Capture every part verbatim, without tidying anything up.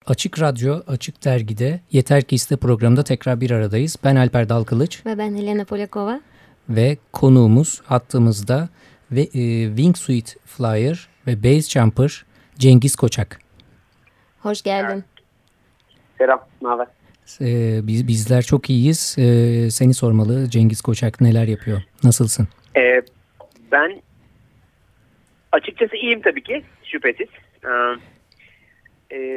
Açık Radyo, Açık Dergi'de Yeter Ki İste programında tekrar bir aradayız. Ben Alper Dalkılıç. Ve ben Helena Polyakova. Ve konuğumuz hattımızda ve e, Wingsuit Flyer ve Base Jumper Cengiz Koçak. Hoş geldin. Selam, ne haber? Ee, biz, bizler çok iyiyiz. Ee, seni sormalı. Cengiz Koçak neler yapıyor? Nasılsın? Ee, ben açıkçası iyiyim tabii ki, şüphesiz. Ee, e,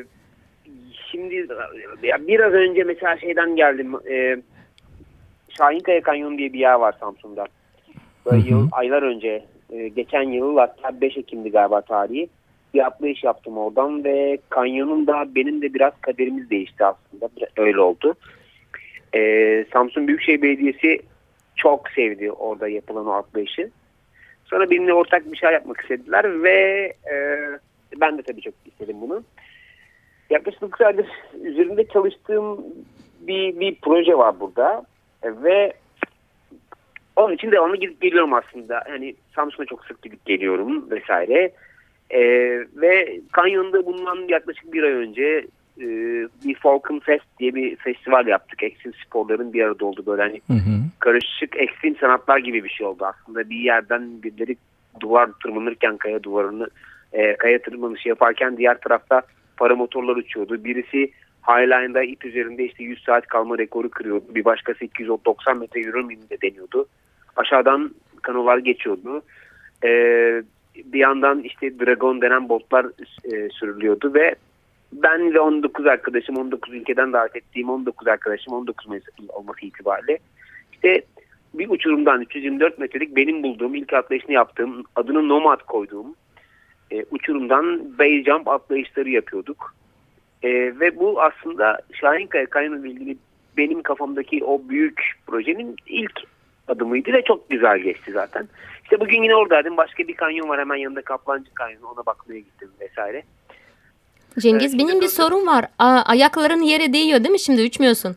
şimdi biraz önce mesela şeyden geldim. E, Şahinkaya Kanyonu diye bir yer var Samsun'da. Böyle yıl, aylar önce, e, geçen yıl hatta beş Ekim'di galiba tarihi. Bir atlayış yaptım oradan ve kanyonun da benim de biraz kaderimiz değişti aslında. Öyle oldu. Ee, Samsun Büyükşehir Belediyesi çok sevdi orada yapılan o atlayışı. Sonra benimle ortak bir şey yapmak istediler ve e, ben de tabii çok istedim bunu. Yaklaşık dokuz aydır üzerinde çalıştığım bir, bir proje var burada. E, ve onun için devamlı gidip geliyorum aslında. Yani Samsun'a çok sık gidip geliyorum vesaire. Ee, ve kanyonda bundan yaklaşık bir ay önce e, bir Falcon Fest diye bir festival yaptık. Ekstrem sporların bir arada olduğu böyle hani hı hı. karışık ekstrem sanatlar gibi bir şey oldu aslında. Bir yerden birileri duvar tırmanırken kaya duvarını e, kaya tırmanışı yaparken diğer tarafta paramotorlar uçuyordu. Birisi Highline'da ip üzerinde işte yüz saat kalma rekoru kırıyordu. Bir başkası iki yüz doksan metre yürümeyinde deniyordu. Aşağıdan kanolar geçiyordu. Eee Bir yandan işte Dragon denen botlar e, sürülüyordu ve ben ve on dokuz arkadaşım, on dokuz ülkeden davet ettiğim on dokuz arkadaşım, on dokuz Mayıs olması itibariyle işte bir uçurumdan üç yüz yirmi dört metrelik benim bulduğum, ilk atlayışını yaptığım, adını Nomad koyduğum e, uçurumdan base jump atlayışları yapıyorduk. E, ve bu aslında Şahinkaya Kanyonu ile ilgili benim kafamdaki o büyük projenin ilk adımıydı ve çok güzel geçti zaten. İşte bugün yine oradaydım. Başka bir kanyon var hemen yanında, Kaplancı Kanyonu. Ona bakmaya gittim vesaire. Cengiz, ee, benim bir sorun var. A- ayakların yere değiyor değil mi şimdi? Uçmuyorsun.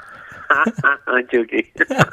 Çok iyi.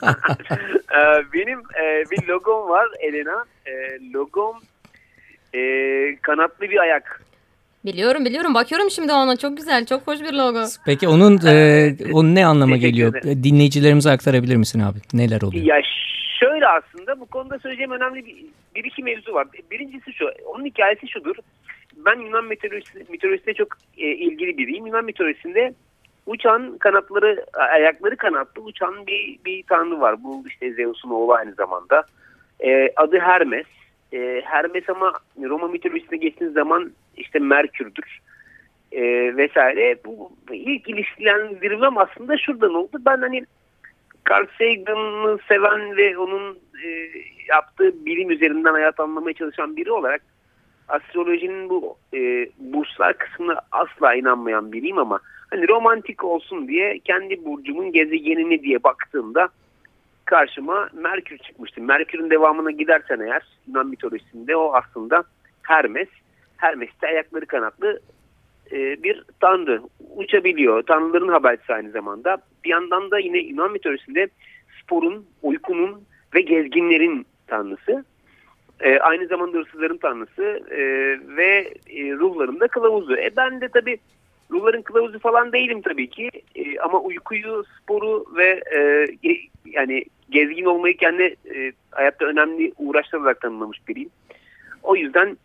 Benim e, bir logom var Elena. E, logom e, kanatlı bir ayak. Biliyorum biliyorum. Bakıyorum şimdi ona. Çok güzel. Çok hoş bir logo. Peki onun e, onun ne anlama geliyor? Dinleyicilerimize aktarabilir misin abi? Neler oluyor? Ya şöyle, aslında bu konuda söyleyeceğim önemli bir, bir iki mevzu var. Birincisi şu. Onun hikayesi şudur. Ben Yunan mitolojisi, mitolojisine çok e, ilgili biriyim. Yunan mitolojisinde uçan kanatları, ayakları kanatlı uçan bir, bir tanrı var. Bu işte Zeus'un oğlu aynı zamanda. E, adı Hermes. E, Hermes ama Roma mitolojisine geçtiğiniz zaman işte Merkür'dür. E, vesaire. Bu ilk ilişkilendirmem aslında şuradan oldu. Ben hani Carl Sagan'ı seven ve onun e, yaptığı bilim üzerinden hayat anlamaya çalışan biri olarak astrolojinin bu e, burçlar kısmına asla inanmayan biriyim ama hani romantik olsun diye kendi burcumun gezegenini diye baktığımda karşıma Merkür çıkmıştı. Merkür'ün devamına gidersen eğer Yunan mitolojisinde o aslında Hermes. Hermes de ayakları kanatlı e, bir tanrı. Uçabiliyor. Tanrıların habercisi aynı zamanda. Bir yandan da yine Yunan mitolojisinde sporun, uykunun ve gezginlerin tanrısı. E, aynı zamanda hırsızların tanrısı e, ve e, ruhların da kılavuzu. E, ben de tabii ruhların kılavuzu falan değilim tabii ki. E, ama uykuyu, sporu ve e, yani gezgin olmayı kendi e, hayatta önemli uğraşlar olarak tanımlamış biriyim. O yüzden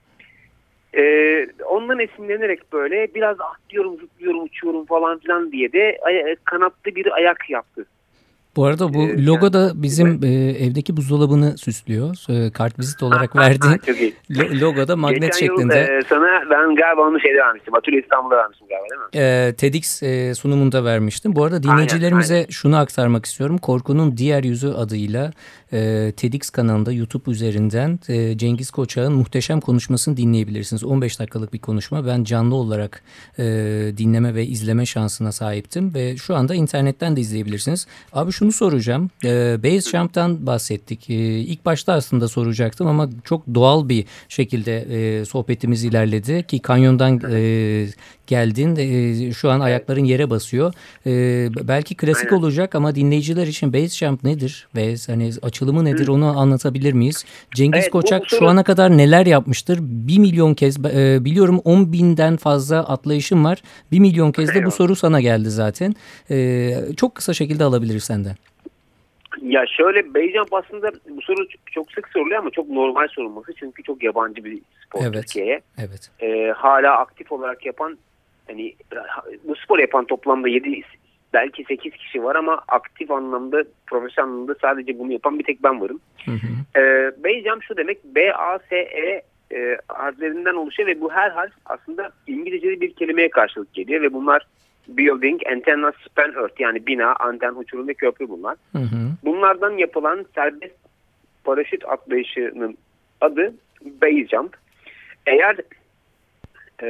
e, ondan esinlenerek böyle biraz atlıyorum, zıplıyorum, uçuyorum falan filan diye de kanatlı bir ayak yaptı. Bu arada bu ee, logo da bizim e, evdeki buzdolabını süslüyor. E, kartvizit olarak verdiğin logo da magnet geçen şeklinde. Yıl, e, sana ben galiba onu şeyde vermiştim. Atölye İstanbul'da vermiştim galiba, değil mi? E, TEDx e, sunumunda vermiştim. Bu arada dinleyicilerimize aynen, aynen. şunu aktarmak istiyorum. Korkunun Diğer Yüzü adıyla e, TEDx kanalında YouTube üzerinden e, Cengiz Koçak'ın muhteşem konuşmasını dinleyebilirsiniz. on beş dakikalık bir konuşma. Ben canlı olarak e, dinleme ve izleme şansına sahiptim ve şu anda internetten de izleyebilirsiniz. Abi şunu soracağım. E, Base Jump'tan bahsettik. E, ilk başta aslında soracaktım ama çok doğal bir şekilde e, sohbetimiz ilerledi ki kanyondan e, geldin. E, şu an evet. ayakların yere basıyor. E, belki klasik Aynen. olacak ama dinleyiciler için base jump nedir? Ve hani açılımı nedir Hı. onu anlatabilir miyiz? Cengiz evet, Koçak bu, bu soru... şu ana kadar neler yapmıştır? Bir milyon kez e, biliyorum on binden fazla atlayışım var. Bir milyon kez de bu soru sana geldi zaten. E, çok kısa şekilde alabiliriz senden. Ya şöyle base jump aslında bu soru çok sık soruluyor ama çok normal sorulması çünkü çok yabancı bir spor evet, Türkiye'ye. Evet. Ee, hala aktif olarak yapan hani bu spor yapan toplamda yedi belki sekiz kişi var ama aktif anlamda profesyonel anlamda sadece bunu yapan bir tek ben varım. Hı hı. Ee, base jump şu demek B A S E e, harflerinden oluşuyor ve bu her harf aslında İngilizce'de bir kelimeye karşılık geliyor ve bunlar building, antenna, span, earth yani bina, anten, uçurum ve köprü bunlar. Hı hı. Bunlardan yapılan serbest paraşüt atlayışının adı base jump. Eğer e,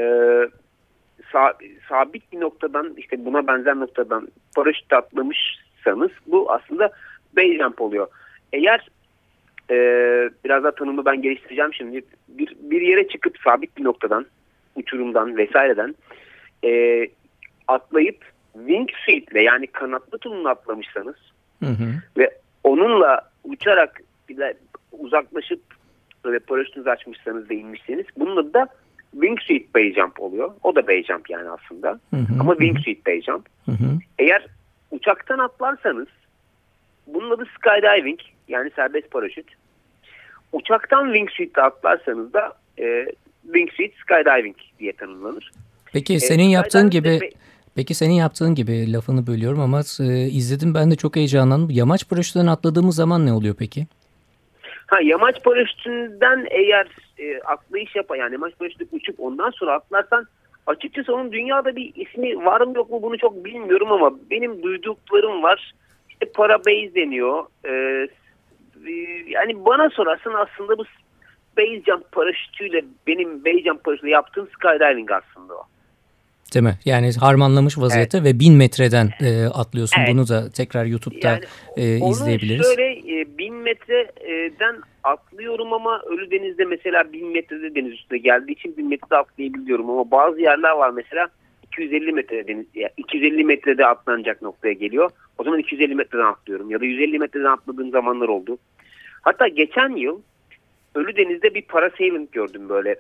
sa- sabit bir noktadan işte buna benzer noktadan paraşüt atlamışsanız bu aslında base jump oluyor. Eğer e, biraz daha tanımı ben geliştireceğim şimdi. Bir, bir yere çıkıp sabit bir noktadan, uçurumdan vesaireden e, atlayıp wingsuit'le yani kanatlı tulumla atlamışsanız hı hı. ve onunla uçarak bir de uzaklaşıp böyle paraşütünüzü açmışsanız ve inmişseniz bunun adı da wingsuit base jump oluyor. O da base jump yani aslında. Hı hı. Ama wingsuit base jump. Hı hı. Eğer uçaktan atlarsanız bunun adı skydiving yani serbest paraşüt. Uçaktan wingsuit'te atlarsanız da e, wingsuit skydiving diye tanımlanır. Peki senin e, yaptığın gibi de... Peki senin yaptığın gibi lafını bölüyorum ama e, izledim ben de çok heyecanlandım. Yamaç paraşütünden atladığımız zaman ne oluyor peki? Ha yamaç paraşütünden eğer e, atlayış yapan yani yamaç paraşütü uçup ondan sonra atlarsan açıkçası onun dünyada bir ismi var mı yok mu bunu çok bilmiyorum ama benim duyduklarım var. İşte parabase deniyor. E, yani bana sorarsan aslında bu base jump paraşütüyle benim base jump paraşütüyle yaptığım skydiving aslında o. Değil mi? Yani harmanlamış vaziyette evet. ve bin metreden e, atlıyorsun. Evet. Bunu da tekrar YouTube'da yani, e, izleyebiliriz. Onu şöyle e, bin metreden atlıyorum ama Ölüdeniz'de mesela bin metrede deniz üstüne geldiği için bin metrede atlayabiliyorum ama bazı yerler var mesela iki yüz elli metrede deniz, yani iki yüz elli metrede atlanacak noktaya geliyor. O zaman iki yüz elli metreden atlıyorum ya da yüz elli metreden atladığım zamanlar oldu. Hatta geçen yıl Ölüdeniz'de bir parasailing gördüm böyle.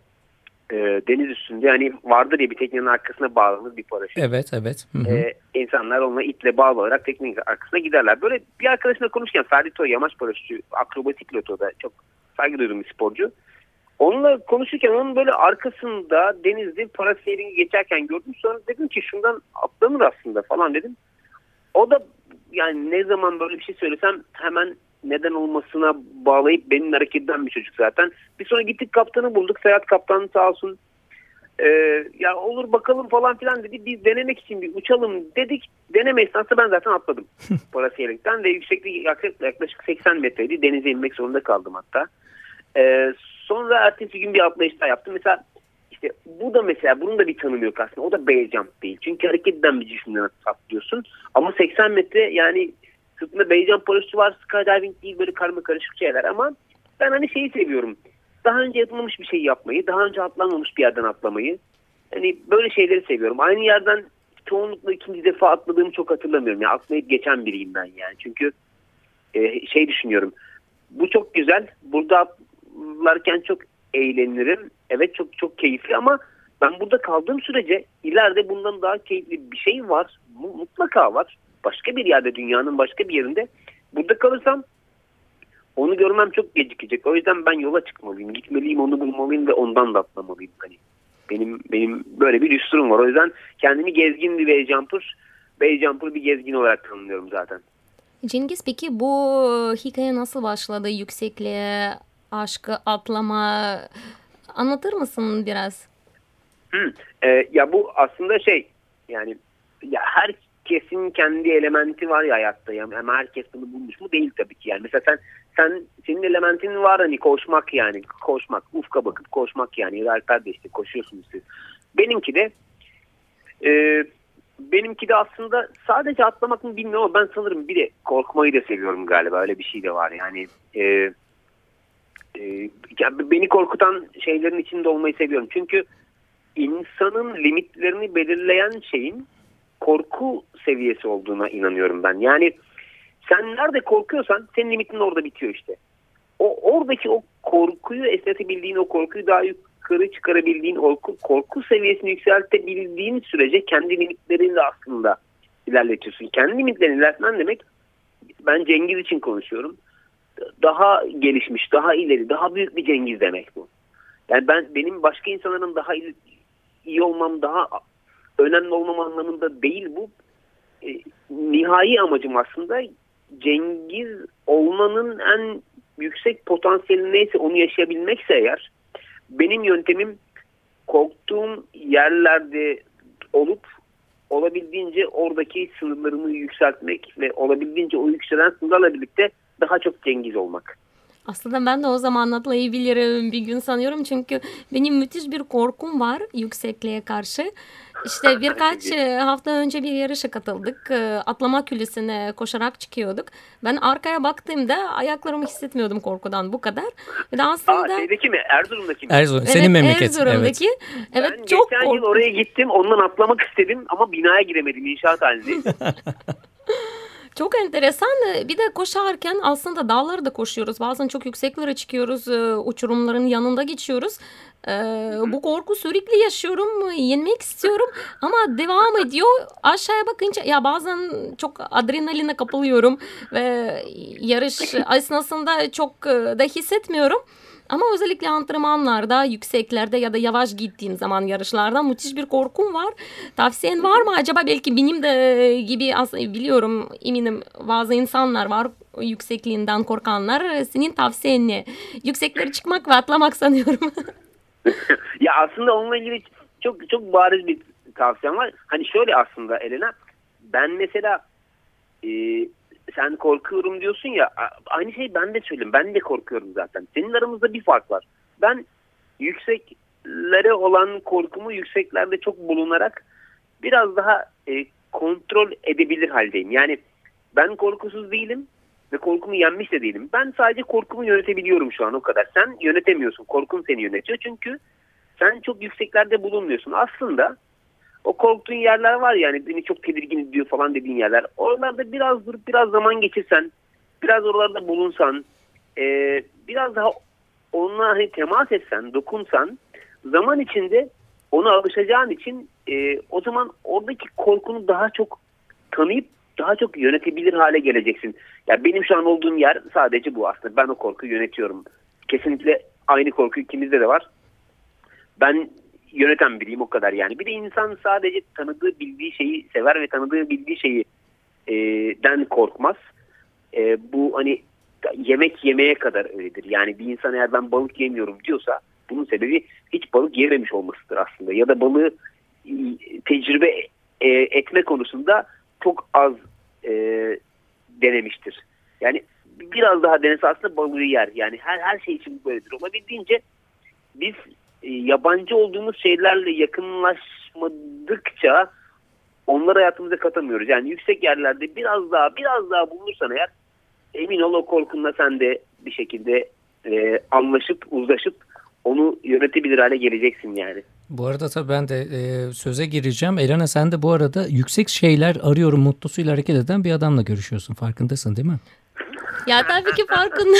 E, deniz üstünde yani vardır ya bir teknenin arkasına bağlanır bir paraşüt. Evet evet. Hı hı. E, insanlar onunla iple bağlı olarak teknenin arkasına giderler. Böyle bir arkadaşımla konuşurken Ferdi Toy yamaç paraşütü akrobatik lotoda çok saygı duyduğum bir sporcu. Onunla konuşurken onun böyle arkasında denizde parasailingi geçerken gördüm. Sonra dedim ki şundan atlanır aslında falan dedim. O da yani ne zaman böyle bir şey söylesem hemen neden olmasına bağlayıp benim hareket eden bir çocuk zaten. Bir sonra gittik kaptanı bulduk. Serhat kaptanı sağ olsun. Ee, ya olur bakalım falan filan dedi. Biz denemek için bir uçalım dedik. Deneme esnasında ben zaten atladım. Parasailing'den ve yüksekliği yaklaşık seksen metreydi. Denize inmek zorunda kaldım hatta. Ee, sonra ertesi gün bir atlayış daha yaptım. Mesela işte bu da mesela bunun da bir tanımı yok aslında. O da base jump değil. Çünkü hareket eden bir cisimden atlıyorsun. Ama seksen metre yani sırtında base jump paraşütü var, skydiving değil böyle karma karışık şeyler ama ben hani şeyi seviyorum. Daha önce yapılmamış bir şey yapmayı, daha önce atlanmamış bir yerden atlamayı. Hani böyle şeyleri seviyorum. Aynı yerden çoğunlukla ikinci defa atladığımı çok hatırlamıyorum. Yani atlayıp geçen biriyim ben yani. Çünkü e, şey düşünüyorum. Bu çok güzel. Burada atlarken çok eğlenirim. Evet çok çok keyifli ama ben burada kaldığım sürece ileride bundan daha keyifli bir şey var. Mutlaka var. Başka bir yerde dünyanın başka bir yerinde burada kalırsam onu görmem çok gecikecek. O yüzden ben yola çıkmalıyım. Gitmeliyim, onu bulmalıyım ve ondan da atlamalıyım. Hani benim benim böyle bir düsturum var. O yüzden kendimi gezgin bir base jumper, base jumper bir gezgin olarak tanımlıyorum zaten. Cengiz peki bu hikaye nasıl başladı? Yüksekliğe, aşkı, atlama anlatır mısın biraz? Hı, e, ya bu aslında şey yani ya her Herkesin kendi elementi var ya hayatta ya. Ama herkes bunu bulmuş mu? Değil tabii ki yani. Mesela sen sen senin elementin var hani koşmak yani. Koşmak, ufka bakıp koşmak yani. Ya da Alper de işte koşuyorsunuz siz. Benimki de e, benimki de aslında sadece atlamak mı bilmiyorum ama ben sanırım bir de korkmayı da seviyorum galiba. Öyle bir şey de var yani. E, e, yani beni korkutan şeylerin içinde olmayı seviyorum. Çünkü insanın limitlerini belirleyen şeyin korku seviyesi olduğuna inanıyorum ben. Yani sen nerede korkuyorsan senin limitin orada bitiyor işte. O oradaki o korkuyu esnetebildiğin, o korkuyu daha yukarı çıkarabildiğin, o korku seviyesini yükseltebildiğin sürece kendi limitlerini de aslında ilerletiyorsun. Kendi limitlerini ilerletmen demek, ben Cengiz için konuşuyorum, daha gelişmiş, daha ileri, daha büyük bir Cengiz demek bu. Yani ben benim başka insanların daha iyi, iyi olmam, daha önemli olmam anlamında değil bu. E, nihai amacım aslında Cengiz olmanın en yüksek potansiyeli neyse onu yaşayabilmekse eğer, benim yöntemim korktuğum yerlerde olup olabildiğince oradaki sınırlarımı yükseltmek ve olabildiğince o yükselen sınırlarla birlikte daha çok Cengiz olmak. Aslında ben de o zaman atlayabilirim bir gün sanıyorum. Çünkü benim müthiş bir korkum var yüksekliğe karşı. İşte birkaç hafta önce bir yarışa katıldık. Atlama külesine koşarak çıkıyorduk. Ben arkaya baktığımda ayaklarımı hissetmiyordum korkudan, bu kadar. Bir de aslında... Aa, şeydeki mi? Erzurum'daki mi? Erzurum, senin evet, memleket. Erzurum'daki. Evet, evet ben çok geçen korktum. yıl oraya gittim. Ondan atlamak istedim ama binaya giremedim. İnşaat halindeyim. Çok enteresan. Bir de koşarken aslında dağlarda koşuyoruz. Bazen çok yükseklere çıkıyoruz. Uçurumların yanında geçiyoruz. Bu korku sürekli yaşıyorum. Yenmek istiyorum ama devam ediyor. Aşağıya bakınca ya bazen çok adrenaline kapılıyorum ve yarış esnasında çok da hissetmiyorum. Ama özellikle antrenmanlarda, yükseklerde ya da yavaş gittiğim zaman yarışlarda müthiş bir korkum var. Tavsiyen var mı acaba? Belki benim de gibi, aslında biliyorum, eminim bazı insanlar var yüksekliğinden korkanlar. Senin tavsiyen ne? Yükseklere çıkmak ve atlamak sanıyorum. Ya aslında onunla ilgili çok çok bariz bir tavsiyem var. Hani şöyle aslında Elena, ben mesela e, sen korkuyorum diyorsun ya, aynı şeyi ben de söyleyeyim. Ben de korkuyorum zaten. Senin aramızda bir fark var. Ben yükseklere olan korkumu yükseklerde çok bulunarak biraz daha e, kontrol edebilir haldeyim. Yani ben korkusuz değilim ve korkumu yenmiş de değilim. Ben sadece korkumu yönetebiliyorum şu an, o kadar. Sen yönetemiyorsun. Korkun seni yönetiyor. Çünkü sen çok yükseklerde bulunmuyorsun. Aslında o korktuğun yerler var, yani beni çok tedirgin ediyor falan dediğin yerler. Oralarda biraz durup biraz zaman geçirsen, biraz oralarda bulunsan, e, biraz daha onunla hani temas etsen, dokunsan, zaman içinde ona alışacağın için e, o zaman oradaki korkunu daha çok tanıyıp daha çok yönetebilir hale geleceksin. Ya yani benim şu an olduğum yer sadece bu aslında. Ben o korkuyu yönetiyorum. Kesinlikle aynı korku ikimizde de var. Ben yöneten biriyim, o kadar yani. Bir de insan sadece tanıdığı, bildiği şeyi sever ve tanıdığı, bildiği şeyi e, den korkmaz. E, bu hani yemek yemeye kadar öyledir. Yani bir insan eğer ben balık yemiyorum diyorsa bunun sebebi hiç balık yememiş olmasıdır aslında. Ya da balığı e, tecrübe e, etme konusunda çok az e, denemiştir. Yani biraz daha denese aslında balığı yer. Yani her her şey için böyledir. Olabildiğince biz e, yabancı olduğumuz şeylerle yakınlaşmadıkça onları hayatımıza katamıyoruz. Yani yüksek yerlerde biraz daha biraz daha bulunursan eğer, emin ol o korkunla sen de bir şekilde e, anlaşıp uzlaşıp onu yönetebilir hale geleceksin yani. Bu arada tabii ben de e, söze gireceğim. Elena, sen de bu arada yüksek şeyler arıyorum mutlusuyla hareket eden bir adamla görüşüyorsun. Farkındasın değil mi? Ya tabii ki farkında.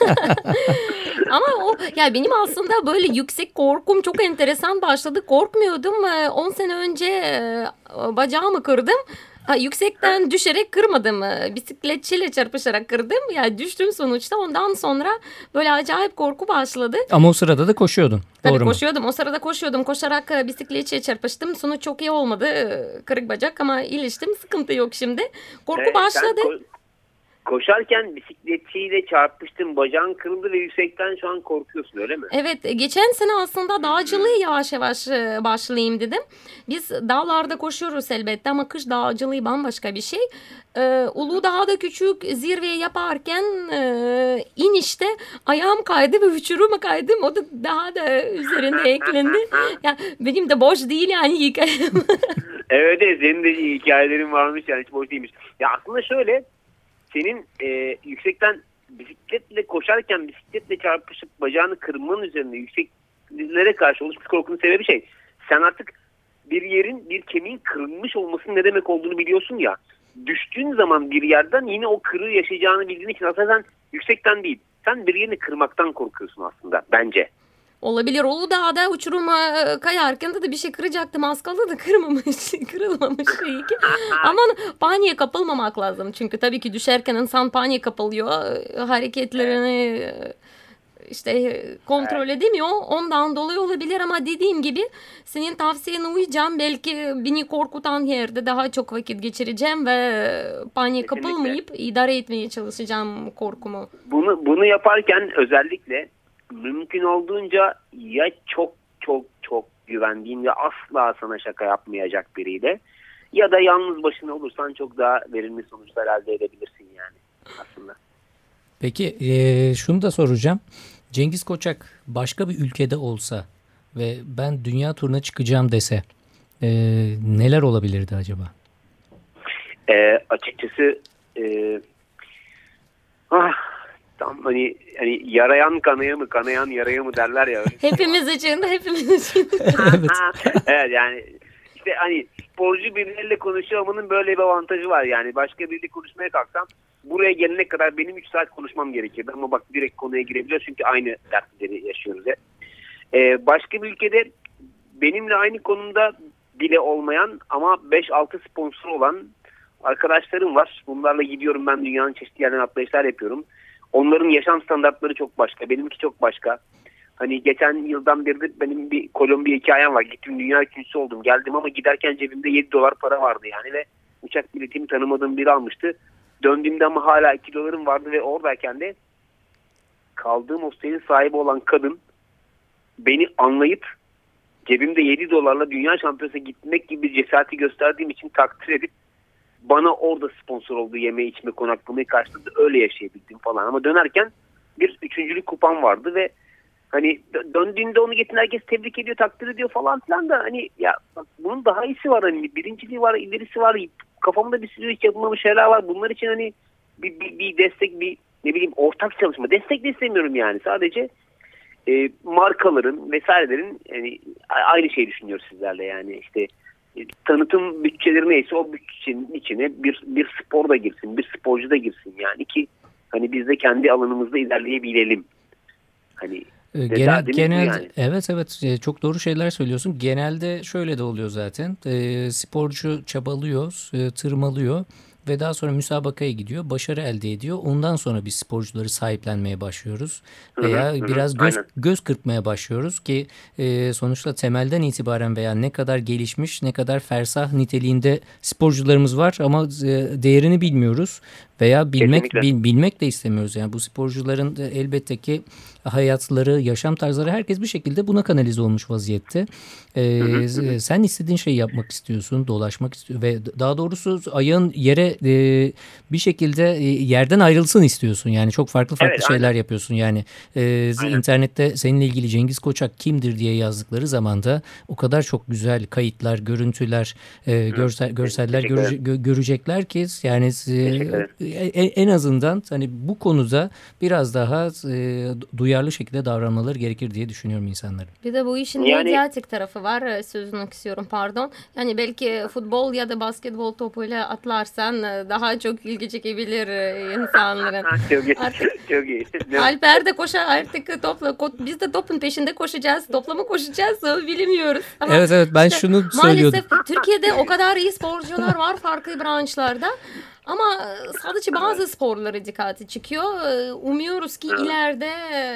Ama o ya benim aslında böyle yüksek korkum çok enteresan başladı. Korkmuyordum. on sene önce bacağımı kırdım. Ha, yüksekten düşerek kırmadım. Bisikletçiyle çarpışarak kırdım. Yani düştüm sonuçta. Ondan sonra böyle acayip korku başladı. Ama o sırada da koşuyordun. Tabii doğru koşuyordum. mu? O sırada koşuyordum. Koşarak bisikletçiye çarpıştım. Sonuç çok iyi olmadı. Kırık bacak ama iyileştim. Sıkıntı yok şimdi. Korku Evet, başladı. Ko- koşarken bisikletçiyle çarpıştın, bacağın kırıldı ve yüksekten şu an korkuyorsun, öyle mi? Evet, geçen sene aslında dağcılığı yavaş yavaş başlayayım dedim. Biz dağlarda koşuyoruz elbette ama kış dağcılığı bambaşka bir şey. Ee, Uludağ'da küçük zirveyi yaparken e, inişte ayağım kaydı ve uçuruma kaydım. O da daha da üzerinde eklendi. Ya, benim de boş değil yani hikayem. Evet, evet, senin de hikayelerin varmış yani, hiç boş değilmiş. Ya aslında şöyle, senin e, yüksekten bisikletle koşarken bisikletle çarpışıp bacağını kırmanın üzerine yükseklere karşı oluşmuş korkunun sebebi şey. sen artık bir yerin, bir kemiğin kırılmış olmasının ne demek olduğunu biliyorsun ya. Düştüğün zaman bir yerden yine o kırığı yaşayacağını bildiğin için aslında sen yüksekten değil. Sen bir yerini kırmaktan korkuyorsun aslında bence. Olabilir. Uludağ'da uçuruma kayarken de, de bir şey kıracaktım. Az kaldı da kırmamış, kırılmamış şey ki. Ama paniğe kapılmamak lazım. Çünkü tabii ki düşerken insan paniğe kapılıyor. Hareketlerini işte kontrol evet. edemiyor. Ondan dolayı olabilir ama dediğim gibi senin tavsiyene uyacağım. Belki beni korkutan yerde daha çok vakit geçireceğim ve paniğe kapılmayıp idare etmeye çalışacağım korkumu. Bunu bunu yaparken özellikle mümkün olduğunca ya çok çok çok güvendiğin ve asla sana şaka yapmayacak biriyle ya da yalnız başına olursan çok daha verimli sonuçlar elde edebilirsin yani aslında. Peki e, şunu da soracağım. Cengiz Koçak başka bir ülkede olsa ve ben dünya turuna çıkacağım dese e, neler olabilirdi acaba? E, açıkçası e, ah, tam hani, hani yarayan kanaya mı kanayan yaraya mı derler ya. Hepimiz için, hepimiz için. Evet. Evet yani işte hani sporcu birileriyle konuşuyor olmanın böyle bir avantajı var yani. Başka biriyle konuşmaya kalksam buraya gelene kadar benim üç saat konuşmam gerekirdi ama bak direkt konuya girebiliyoruz çünkü aynı dertleri yaşıyoruz ya. Ee, başka bir ülkede benimle aynı konumda bile olmayan ama beş altı sponsor olan arkadaşlarım var. Bunlarla gidiyorum, ben dünyanın çeşitli yerlerine atlayışlar yapıyorum. Onların yaşam standartları çok başka, benimki çok başka. Hani geçen yıldan beridir benim bir Kolombiya hikayem var. Gittim, dünya üçüncüsü oldum. Geldim ama giderken cebimde yedi dolar para vardı yani ve uçak biletimi tanımadığım biri almıştı. Döndüğümde ama hala iki dolarım vardı ve oradayken de kaldığım hostelin sahibi olan kadın beni anlayıp cebimde yedi dolarla dünya şampiyonasına gitmek gibi bir cesareti gösterdiğim için takdir edip bana orada sponsor olduğu yeme içme konaklamayı karşıladı. Öyle yaşayabildim falan. Ama dönerken bir üçüncülük kupam vardı ve hani döndüğünde onu getiren herkes tebrik ediyor, takdir ediyor falan filan da hani ya bak bunun daha iyisi var, hani birinciliği var, ilerisi var, kafamda bir sürü hiç yapılmamış şeyler var. Bunlar için hani bir, bir, bir destek, bir ne bileyim ortak çalışma. Destek de istemiyorum yani. Sadece e, markaların vesairelerin yani aynı şeyi düşünüyoruz sizlerle yani işte e, tanıtım bütçeleri neyse o bütçenin içine bir bir spor da girsin, bir sporcu da girsin yani ki hani biz de kendi alanımızda ilerleyebilelim. Hani Genel, genel yani. Evet evet çok doğru şeyler söylüyorsun. Genelde şöyle de oluyor zaten. E, sporcu çabalıyor, e, tırmalıyor ve daha sonra müsabakaya gidiyor, başarı elde ediyor. Ondan sonra biz sporcuları sahiplenmeye başlıyoruz veya hı hı, biraz göz aynen. göz kırpmaya başlıyoruz ki e, sonuçta temelden itibaren veya ne kadar gelişmiş, ne kadar fersah niteliğinde sporcularımız var ama e, değerini bilmiyoruz veya bilmek bil, bilmek de istemiyoruz. Yani bu sporcuların e, elbette ki hayatları, yaşam tarzları herkes bir şekilde buna kanalize olmuş vaziyette. Ee, hı hı. Sen istediğin şeyi yapmak istiyorsun, dolaşmak istiyorsun ve daha doğrusu ayağın yere e, bir şekilde e, yerden ayrılsın istiyorsun. Yani çok farklı farklı evet, şeyler aynen. yapıyorsun. Yani e, internette seninle ilgili Cengiz Koçak kimdir diye yazdıkları zaman da o kadar çok güzel kayıtlar, görüntüler, e, görsel, görseller göre, gö, görecekler ki yani e, en azından hani bu konuda biraz daha e, duyarlı şekilde davranmaları gerekir diye düşünüyorum insanların. Bir de bu işin yani, medyatik tarafı var. Sözünü istiyorum pardon. Yani belki futbol ya da basketbol topuyla atlarsan daha çok ilgi çekebilir insanların. Çok iyi. Artık, çok iyi. Alper de koşar artık topla. Biz de topun peşinde koşacağız. Topla mı koşacağız bilmiyoruz. Ama evet evet ben işte, şunu söylüyordum. Maalesef Türkiye'de o kadar iyi sporcular var farklı branşlarda. Ama sadece bazı sporlara dikkati çıkıyor. Umuyoruz ki ileride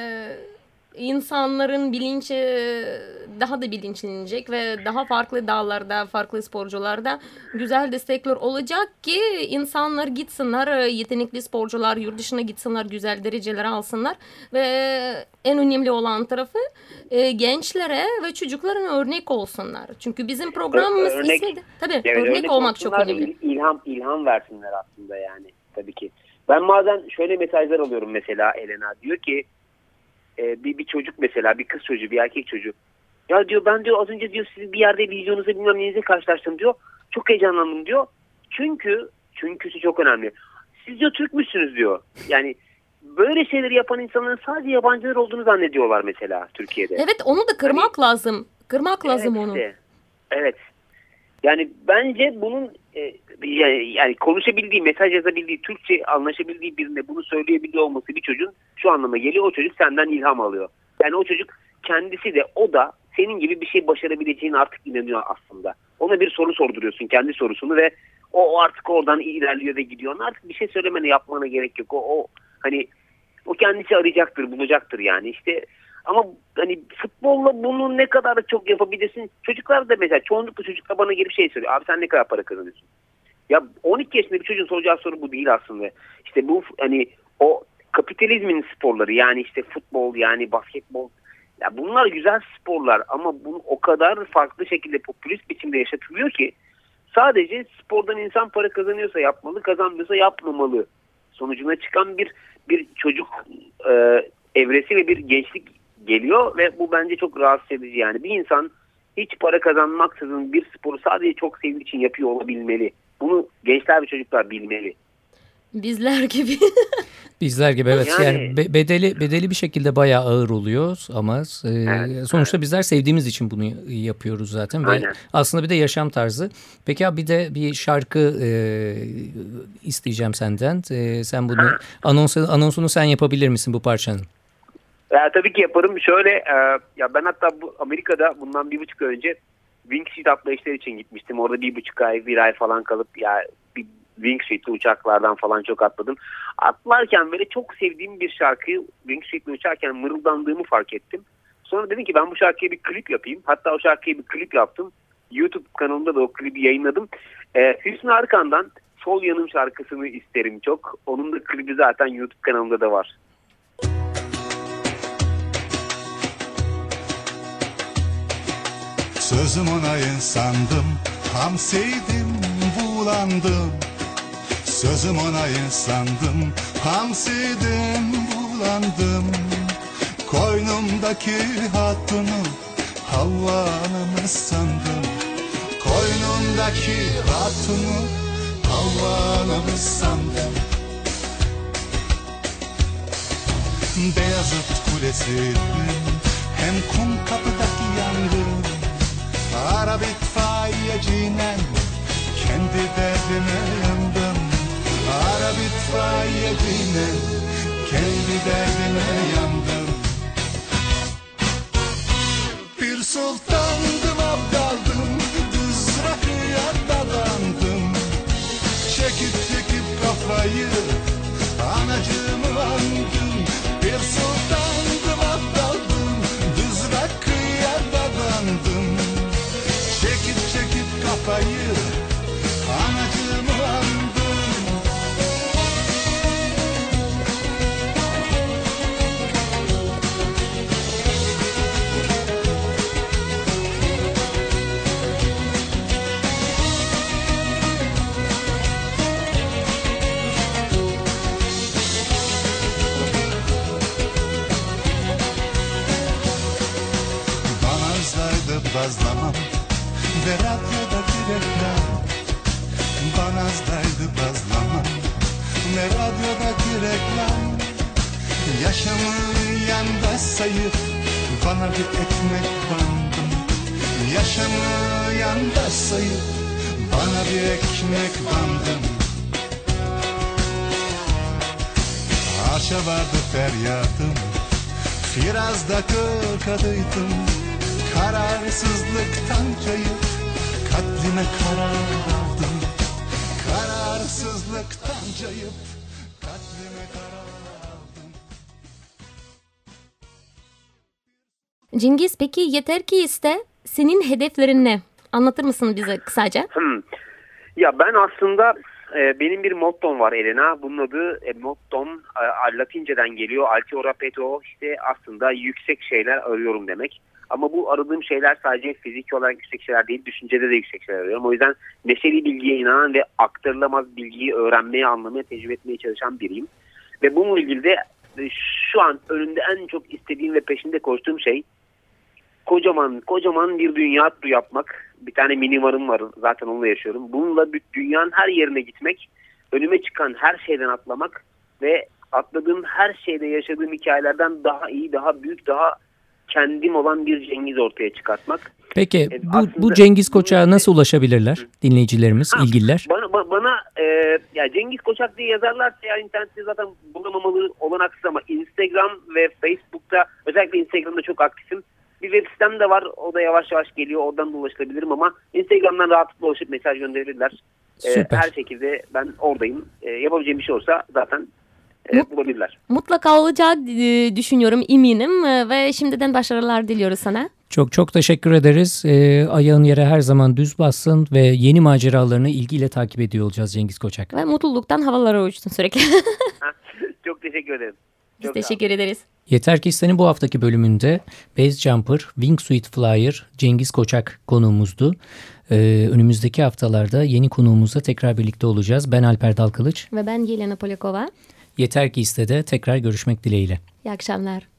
insanların bilinci daha da bilinçlenecek ve daha farklı dallarda, farklı sporcularda güzel destekler olacak ki insanlar gitsinler, yetenekli sporcular yurt dışına gitsinler, güzel dereceler alsınlar ve en önemli olan tarafı gençlere ve çocukların örnek olsunlar. Çünkü bizim programımız örnek, ismi de tabii evet, örnek, örnek olmak çok önemli. İlham ilham versinler aslında yani tabii ki. Ben bazen şöyle mesajlar alıyorum mesela Elena diyor ki e, bir bir çocuk mesela bir kız çocuğu bir erkek çocuğu ya diyor ben diyor az önce diyor sizi bir yerde videonuza bilmem neyinize karşılaştım diyor. Çok heyecanlandım diyor. Çünkü çünküsü çok önemli. Siz diyor Türk müsünüz diyor. Yani böyle şeyleri yapan insanların sadece yabancılar olduğunu zannediyorlar mesela Türkiye'de. Evet onu da kırmak hani, lazım. Kırmak lazım evet, onu. Işte. Evet. Yani bence bunun e, yani, yani konuşabildiği, mesaj yazabildiği, Türkçe anlaşabildiği birine bunu söyleyebiliyor olması bir çocuğun şu anlama geliyor. O çocuk senden ilham alıyor. Yani o çocuk kendisi de, o da senin gibi bir şey başarabileceğine artık inanıyor aslında. Ona bir soru sorduruyorsun, kendi sorusunu, ve o, o artık oradan ilerliyor ve gidiyor. Ona artık bir şey söylemene, yapmana gerek yok. O, o hani o kendisi arayacaktır, bulacaktır yani. İşte ama hani futbolla bunu ne kadar çok yapabilirsin? Çocuklar da mesela, çoğunlukla çocuklar bana gelip şey söylüyor. Abi sen ne kadar para kazanıyorsun? Ya on iki yaşında bir çocuğun soracağı soru bu değil aslında. İşte bu hani o kapitalizmin sporları, yani işte futbol, yani basketbol. Ya bunlar güzel sporlar ama bunu o kadar farklı şekilde popülist biçimde yaşatılıyor ki sadece spordan insan para kazanıyorsa yapmalı, kazanmıyorsa yapmamalı sonucuna çıkan bir bir çocuk e, evresi ve bir gençlik geliyor ve bu bence çok rahatsız edici. Yani bir insan hiç para kazanmaksızın bir sporu sadece çok sevdiği için yapıyor olabilmeli. Bunu gençler ve çocuklar bilmeli. Bizler gibi. Bizler gibi, evet. Yani, Yani be- bedeli bedeli bir şekilde bayağı ağır oluyor ama e, evet, sonuçta evet. bizler sevdiğimiz için bunu yapıyoruz zaten. Aynen. Ve aslında bir de yaşam tarzı. Peki abi, bir de bir şarkı e, isteyeceğim senden. E, sen bunu anonsu, anonsunu sen yapabilir misin bu parçanın? Ya, tabii ki yaparım. Şöyle e, ya ben hatta bu Amerika'da bundan bir buçuk ay önce wingsuit atlayışlar için gitmiştim. Orada bir buçuk ay, bir ay falan kalıp ya bir wingsuit'li uçaklardan falan çok atladım. Atlarken böyle çok sevdiğim bir şarkıyı wingsuit'le uçarken mırıldandığımı fark ettim. Sonra dedim ki ben bu şarkıya bir klip yapayım. Hatta o şarkıya bir klip yaptım. YouTube kanalımda da o klibi yayınladım. E, Hüsnü Arkan'dan Sol Yanım şarkısını isterim çok. Onun da klibi zaten YouTube kanalımda da var. Sözüm ona insandım, hamseydim, bulandım. Sözüm ona insandım, hamseydim, bulandım. Koynumdaki hatunu Havva'nın sandım. Koynumdaki hatunu Havva'nın sandım. Beyazıt Kulesi'nin hem kum kapıdaki yangın, Arap itfaiyeciyle kendi derdime yandım. Arap itfaiyeciyle kendi derdime yandım. Bir sultandım, abdaldım, düz rakıya dadandım. Çekip çekip kafayı anacığımı andım. Bir sultandım, abdaldım, düz rakıya dadandım. Çekip çekip kafayı anacığımı andım. Bazlamam ve radyodaki reklam, banazdaydı bazlamam ve radyodaki reklam. Yaşamın yanda sayıp bana bir ekmek bandım. Yaşamı yanda sayıp bana bir ekmek bandım. Haşa vardı feryadım, Firaz'da kırk adıydım. Kararsızlıktan cayıp katlime karar aldım. Kararsızlıktan cayıp katlime karar aldım. Cengiz, peki Yeter Ki İste, senin hedeflerin ne? Anlatır mısın bize kısaca? Hmm. Ya ben aslında e, benim bir mottom var Elena. Bunun adı e, mottom e, Latinceden geliyor. Altiora peto, işte aslında yüksek şeyler arıyorum demek. Ama bu aradığım şeyler sadece fiziki olarak yüksek şeyler değil, düşüncede de yüksek şeyler arıyorum. O yüzden neşeli bilgiye inanan ve aktarılamaz bilgiyi öğrenmeye, anlamaya, tecrübe etmeye çalışan biriyim. Ve bununla ilgili de şu an önünde en çok istediğim ve peşinde koştuğum şey kocaman, kocaman bir dünya turu yapmak. Bir tane mini varım var, zaten onunla yaşıyorum. Bununla dünyanın her yerine gitmek, önüme çıkan her şeyden atlamak ve atladığım her şeyde yaşadığım hikayelerden daha iyi, daha büyük, daha kendim olan bir Cengiz ortaya çıkartmak. Peki E, bu, aslında- bu Cengiz Koçak'a nasıl ulaşabilirler dinleyicilerimiz, Ha, ilgililer? Bana, ba- bana e, ya Cengiz Koçak diye yazarlarsa ya internette zaten bulamamalı olanaksız ama Instagram ve Facebook'ta, özellikle Instagram'da çok aktifim. Bir web sitem de var, o da yavaş yavaş geliyor, oradan da ulaşılabilirim ama Instagram'dan rahatlıkla ulaşıp mesaj gönderebilirler. E, Süper. her şekilde ben oradayım. E, yapabileceğim bir şey olsa zaten e, Mut- bulabilirler. Mutlaka olacağı e, düşünüyorum, eminim E, ve şimdiden başarılar diliyoruz sana. Çok çok teşekkür ederiz. Ee, ayağın yere her zaman düz bassın ve yeni maceralarını ilgiyle takip ediyor olacağız Cengiz Koçak. Ve mutluluktan havalara uçtun sürekli. Çok teşekkür ederim. Biz Çok sağ olun. teşekkür ederiz. Yeter ki İsten'in bu haftaki bölümünde Base Jumper, Wingsuit Flyer, Cengiz Koçak konuğumuzdu. Ee, önümüzdeki haftalarda yeni konuğumuzla tekrar birlikte olacağız. Ben Alper Dalkılıç. Ve ben Yelena Polyakova. Yeter ki İste'de tekrar görüşmek dileğiyle. İyi akşamlar.